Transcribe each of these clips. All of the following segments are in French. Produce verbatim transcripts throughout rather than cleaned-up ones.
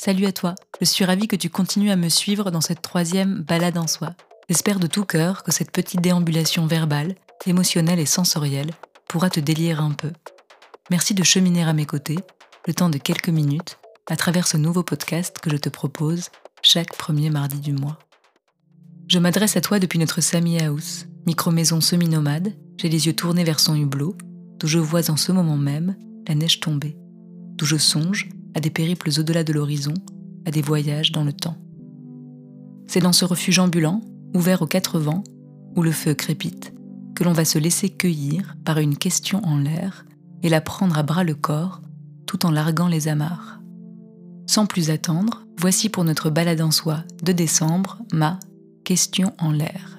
Salut à toi, je suis ravie que tu continues à me suivre dans cette troisième balade en soi. J'espère de tout cœur que cette petite déambulation verbale, émotionnelle et sensorielle pourra te délier un peu. Merci de cheminer à mes côtés, le temps de quelques minutes, à travers ce nouveau podcast que je te propose chaque premier mardi du mois. Je m'adresse à toi depuis notre Sami House, micro-maison semi-nomade, j'ai les yeux tournés vers son hublot, d'où je vois en ce moment même la neige tomber, d'où je songe à des périples au-delà de l'horizon, à des voyages dans le temps. C'est dans ce refuge ambulant, ouvert aux quatre vents, où le feu crépite, que l'on va se laisser cueillir par une question en l'air et la prendre à bras le corps, tout en larguant les amarres. Sans plus attendre, voici pour notre balade en soi de décembre, ma question en l'air.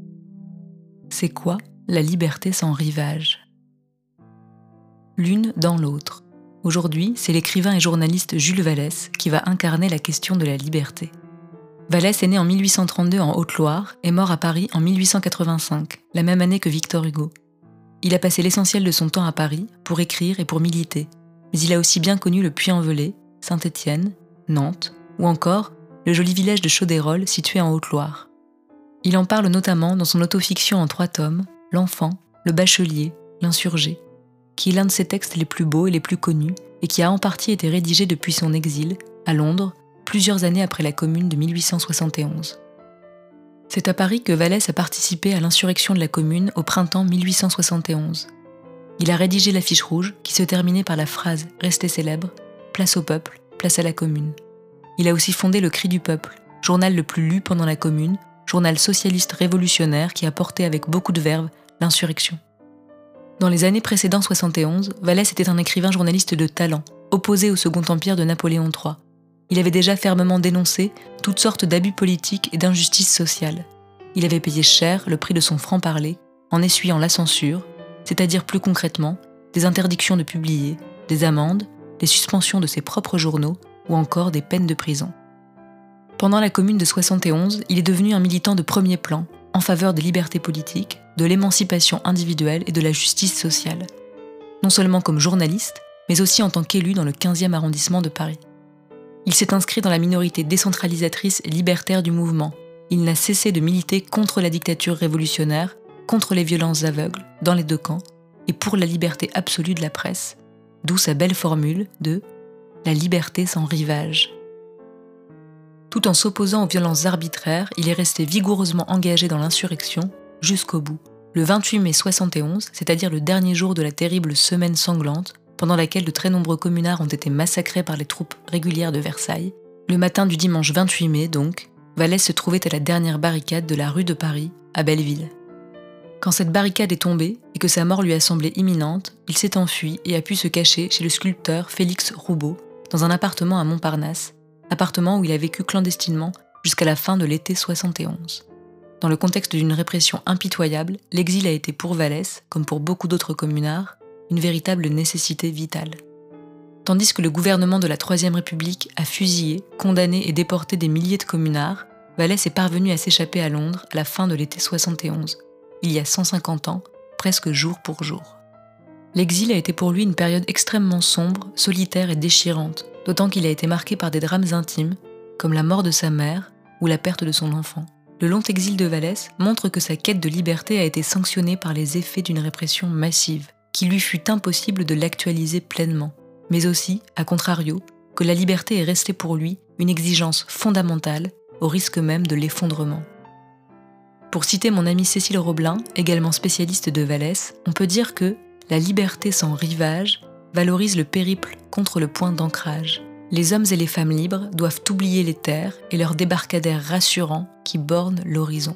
C'est quoi la liberté sans rivage ? L'une dans l'autre. Aujourd'hui, c'est l'écrivain et journaliste Jules Vallès qui va incarner la question de la liberté. Vallès est né en mille huit cent trente-deux en Haute-Loire et mort à Paris en mille huit cent quatre-vingt-cinq, la même année que Victor Hugo. Il a passé l'essentiel de son temps à Paris pour écrire et pour militer, mais il a aussi bien connu le Puy-en-Velay, Saint-Étienne, Nantes ou encore le joli village de Chaudérolles situé en Haute-Loire. Il en parle notamment dans son autofiction en trois tomes, L'Enfant, Le Bachelier, L'Insurgé, qui est l'un de ses textes les plus beaux et les plus connus et qui a en partie été rédigé depuis son exil, à Londres, plusieurs années après la Commune de mille huit cent soixante et onze. C'est à Paris que Vallès a participé à l'insurrection de la Commune au printemps mille huit cent soixante et onze. Il a rédigé l'affiche rouge qui se terminait par la phrase restée célèbre « Place au peuple, place à la Commune ». Il a aussi fondé le Cri du peuple, journal le plus lu pendant la Commune, journal socialiste révolutionnaire qui a porté avec beaucoup de verve l'insurrection. Dans les années précédant soixante et onze, Vallès était un écrivain journaliste de talent, opposé au Second Empire de Napoléon trois. Il avait déjà fermement dénoncé toutes sortes d'abus politiques et d'injustices sociales. Il avait payé cher le prix de son franc-parler en essuyant la censure, c'est-à-dire plus concrètement, des interdictions de publier, des amendes, des suspensions de ses propres journaux ou encore des peines de prison. Pendant la Commune de soixante et onze, il est devenu un militant de premier plan, en faveur des libertés politiques, de l'émancipation individuelle et de la justice sociale. Non seulement comme journaliste, mais aussi en tant qu'élu dans le quinzième arrondissement de Paris. Il s'est inscrit dans la minorité décentralisatrice et libertaire du mouvement. Il n'a cessé de militer contre la dictature révolutionnaire, contre les violences aveugles, dans les deux camps, et pour la liberté absolue de la presse, d'où sa belle formule de « la liberté sans rivage ». Tout en s'opposant aux violences arbitraires, il est resté vigoureusement engagé dans l'insurrection jusqu'au bout. Le vingt-huit mai soixante et onze, c'est-à-dire le dernier jour de la terrible semaine sanglante, pendant laquelle de très nombreux communards ont été massacrés par les troupes régulières de Versailles, le matin du dimanche vingt-huit mai donc, Vallès se trouvait à la dernière barricade de la rue de Paris, à Belleville. Quand cette barricade est tombée et que sa mort lui a semblé imminente, il s'est enfui et a pu se cacher chez le sculpteur Félix Roubaud, dans un appartement à Montparnasse, appartement où il a vécu clandestinement jusqu'à la fin de l'été soixante et onze. Dans le contexte d'une répression impitoyable, l'exil a été pour Vallès, comme pour beaucoup d'autres communards, une véritable nécessité vitale. Tandis que le gouvernement de la Troisième République a fusillé, condamné et déporté des milliers de communards, Vallès est parvenu à s'échapper à Londres à la fin de l'été soixante et onze, il y a cent cinquante ans, presque jour pour jour. L'exil a été pour lui une période extrêmement sombre, solitaire et déchirante, d'autant qu'il a été marqué par des drames intimes, comme la mort de sa mère ou la perte de son enfant. Le long exil de Vallès montre que sa quête de liberté a été sanctionnée par les effets d'une répression massive, qu'il lui fut impossible de l'actualiser pleinement, mais aussi, à contrario, que la liberté est restée pour lui une exigence fondamentale, au risque même de l'effondrement. Pour citer mon amie Cécile Roblin, également spécialiste de Vallès, on peut dire que la liberté sans rivage valorise le périple contre le point d'ancrage. Les hommes et les femmes libres doivent oublier les terres et leurs débarcadères rassurants qui bornent l'horizon.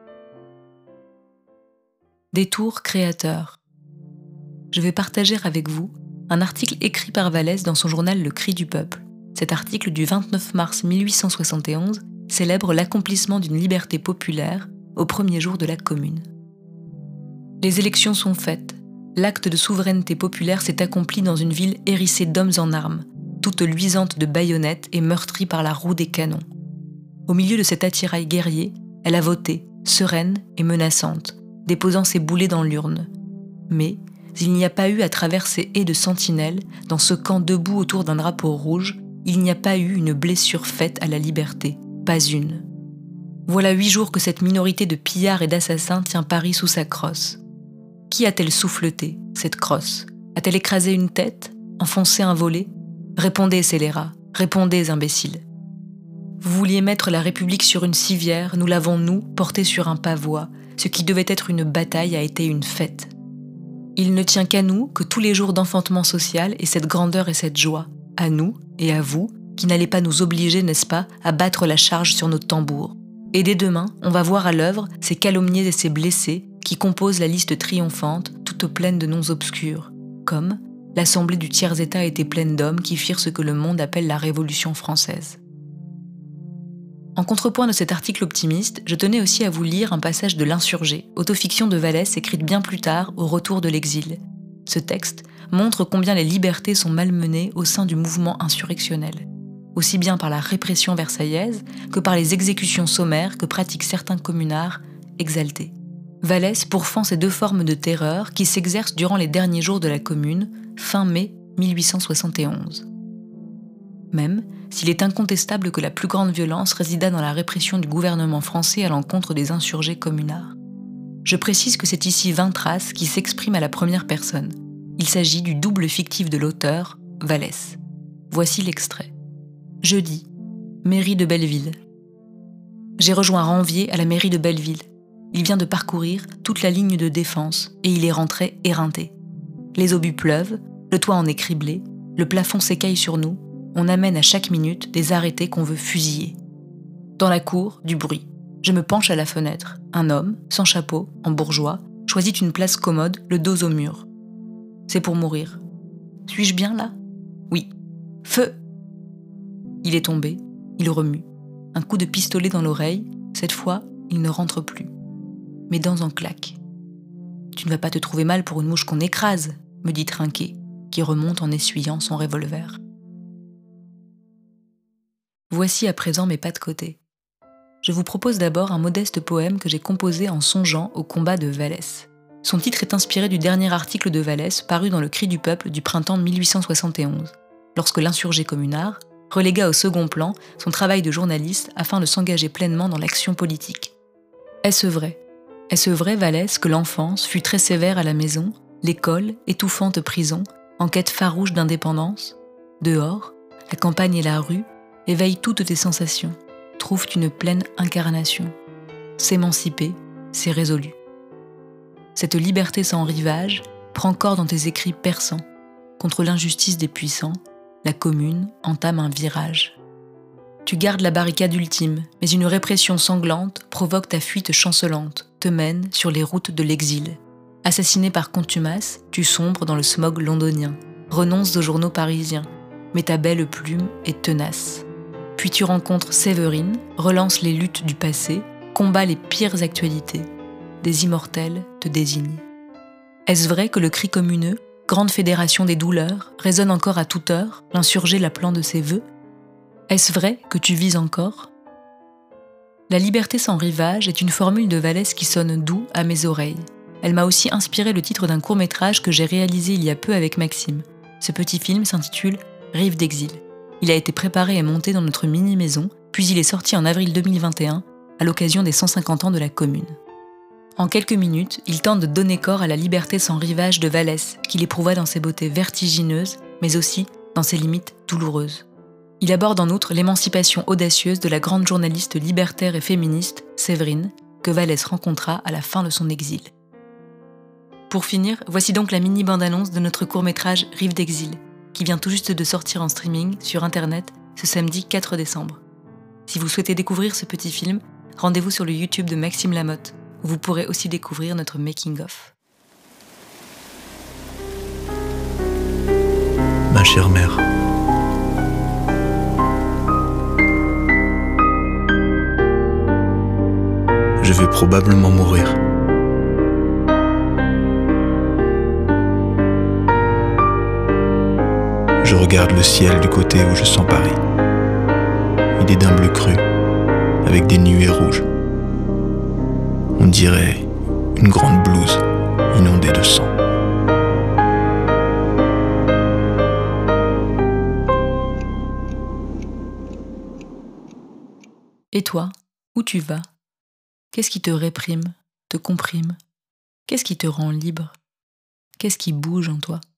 Détour créateur. Je vais partager avec vous un article écrit par Vallès dans son journal Le Cri du peuple. Cet article du vingt-neuf mars mille huit cent soixante et onze célèbre l'accomplissement d'une liberté populaire au premier jour de la Commune. Les élections sont faites. L'acte de souveraineté populaire s'est accompli dans une ville hérissée d'hommes en armes, toute luisante de baïonnettes et meurtrie par la roue des canons. Au milieu de cet attirail guerrier, elle a voté, sereine et menaçante, déposant ses boulets dans l'urne. Mais il n'y a pas eu à travers ces haies de sentinelles, dans ce camp debout autour d'un drapeau rouge, il n'y a pas eu une blessure faite à la liberté, pas une. Voilà huit jours que cette minorité de pillards et d'assassins tient Paris sous sa crosse. Qui a-t-elle souffleté, cette crosse? A-t-elle écrasé une tête? Enfoncé un volet? Répondez, scélérats, répondez, imbéciles. Vous vouliez mettre la République sur une civière, nous l'avons, nous, portée sur un pavois. Ce qui devait être une bataille a été une fête. Il ne tient qu'à nous que tous les jours d'enfantement social aient cette grandeur et cette joie. À nous et à vous, qui n'allez pas nous obliger, n'est-ce pas, à battre la charge sur nos tambours. Et dès demain, on va voir à l'œuvre ces calomniés et ces blessés qui composent la liste triomphante, toute pleine de noms obscurs, comme l'Assemblée du tiers-État était pleine d'hommes qui firent ce que le monde appelle la Révolution française. En contrepoint de cet article optimiste, je tenais aussi à vous lire un passage de L'Insurgé, autofiction de Vallès écrite bien plus tard, au retour de l'exil. Ce texte montre combien les libertés sont malmenées au sein du mouvement insurrectionnel, aussi bien par la répression versaillaise que par les exécutions sommaires que pratiquent certains communards exaltés. Vallès pourfend ces deux formes de terreur qui s'exercent durant les derniers jours de la Commune, fin mai mille huit cent soixante et onze. Même s'il est incontestable que la plus grande violence résida dans la répression du gouvernement français à l'encontre des insurgés communards. Je précise que c'est ici Vintras qui s'exprime à la première personne. Il s'agit du double fictif de l'auteur, Vallès. Voici l'extrait. Jeudi, mairie de Belleville. J'ai rejoint Ranvier à la mairie de Belleville. Il vient de parcourir toute la ligne de défense et il est rentré éreinté. Les obus pleuvent, le toit en est criblé, le plafond s'écaille sur nous, on amène à chaque minute des arrêtés qu'on veut fusiller. Dans la cour, du bruit. Je me penche à la fenêtre. Un homme, sans chapeau, en bourgeois, choisit une place commode, le dos au mur. C'est pour mourir. Suis-je bien là? Oui. Feu! Il est tombé, il remue. Un coup de pistolet dans l'oreille, cette fois, il ne rentre plus. Mes dents en claquent. Tu ne vas pas te trouver mal pour une mouche qu'on écrase, me dit Trinquet, qui remonte en essuyant son revolver. Voici à présent mes pas de côté. Je vous propose d'abord un modeste poème que j'ai composé en songeant au combat de Vallès. Son titre est inspiré du dernier article de Vallès paru dans le Cri du Peuple du printemps mille huit cent soixante et onze, lorsque l'insurgé communard relégua au second plan son travail de journaliste afin de s'engager pleinement dans l'action politique. Est-ce vrai? Est-ce vrai, Vallès, que l'enfance fut très sévère à la maison, l'école, étouffante prison, en quête farouche d'indépendance? Dehors, la campagne et la rue éveillent toutes tes sensations, trouvent une pleine incarnation. S'émanciper, c'est résolu. Cette liberté sans rivage prend corps dans tes écrits perçants. Contre l'injustice des puissants, la Commune entame un virage. Tu gardes la barricade ultime, mais une répression sanglante provoque ta fuite chancelante, te mène sur les routes de l'exil. Assassiné par contumace, tu sombres dans le smog londonien, renonces aux journaux parisiens, mais ta belle plume est tenace. Puis tu rencontres Séverine, relances les luttes du passé, combats les pires actualités. Des immortels te désignent. Est-ce vrai que le cri communeux, grande fédération des douleurs, résonne encore à toute heure, l'insurgé l'appelant de ses vœux? Est-ce vrai que tu vis encore? La liberté sans rivage est une formule de Vallès qui sonne doux à mes oreilles. Elle m'a aussi inspiré le titre d'un court-métrage que j'ai réalisé il y a peu avec Maxime. Ce petit film s'intitule « Rive d'exil ». Il a été préparé et monté dans notre mini-maison, puis il est sorti en avril deux mille vingt et un, à l'occasion des cent cinquante ans de la Commune. En quelques minutes, il tente de donner corps à la liberté sans rivage de Vallès, qu'il éprouva dans ses beautés vertigineuses, mais aussi dans ses limites douloureuses. Il aborde en outre l'émancipation audacieuse de la grande journaliste libertaire et féministe, Séverine, que Vallès rencontra à la fin de son exil. Pour finir, voici donc la mini bande-annonce de notre court-métrage Rive d'exil, qui vient tout juste de sortir en streaming sur Internet ce samedi quatre décembre. Si vous souhaitez découvrir ce petit film, rendez-vous sur le YouTube de Maxime Lamotte, où vous pourrez aussi découvrir notre making-of. Ma chère mère, je vais probablement mourir. Je regarde le ciel du côté où je sens Paris. Il est d'un bleu cru, avec des nuées rouges. On dirait une grande blouse inondée de sang. Et toi, où tu vas? Qu'est-ce qui te réprime, te comprime? Qu'est-ce qui te rend libre? Qu'est-ce qui bouge en toi?